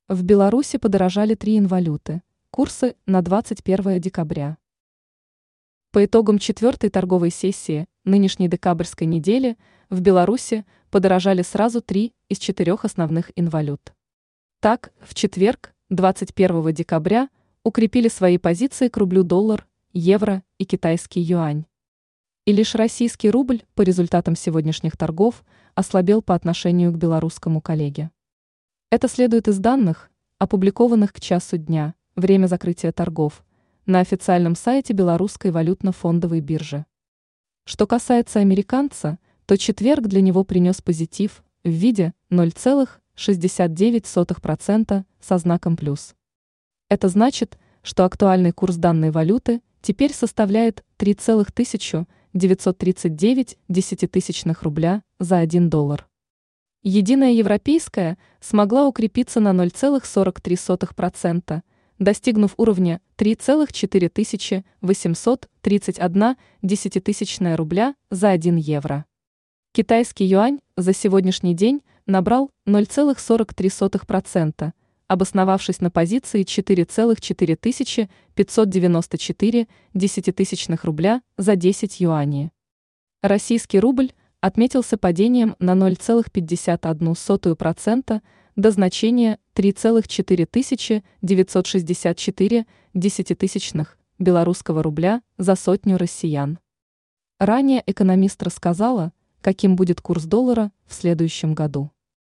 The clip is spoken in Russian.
В Беларуси подорожали три инвалюты. Курсы на 21 декабря. По итогам четвертой торговой сессии нынешней декабрьской недели в Беларуси подорожали сразу три из четырех основных инвалют. Так, в четверг, 21 декабря, укрепили свои позиции к рублю доллар, евро и китайский юань. И лишь российский рубль по результатам сегодняшних торгов ослабел по отношению к белорусскому коллеге. Это следует из данных, опубликованных к часу дня, время закрытия торгов, на официальном сайте Белорусской валютно-фондовой биржи. Что касается американца, то четверг для него принес позитив в виде 0,69% со знаком плюс. Это значит, что актуальный курс данной валюты теперь составляет 3,939 рубля за 1 доллар. Единая европейская смогла укрепиться на 0,43%, достигнув уровня 3,4831 рубля за 1 евро. Китайский юань за сегодняшний день набрал 0,43%, обосновавшись на позиции 4,4594 рубля за 10 юаней. Российский рубль отметился падением на 0,51% до значения 3,4964 белорусского рубля за сотню россиян. Ранее экономист рассказала, каким будет курс доллара в следующем году.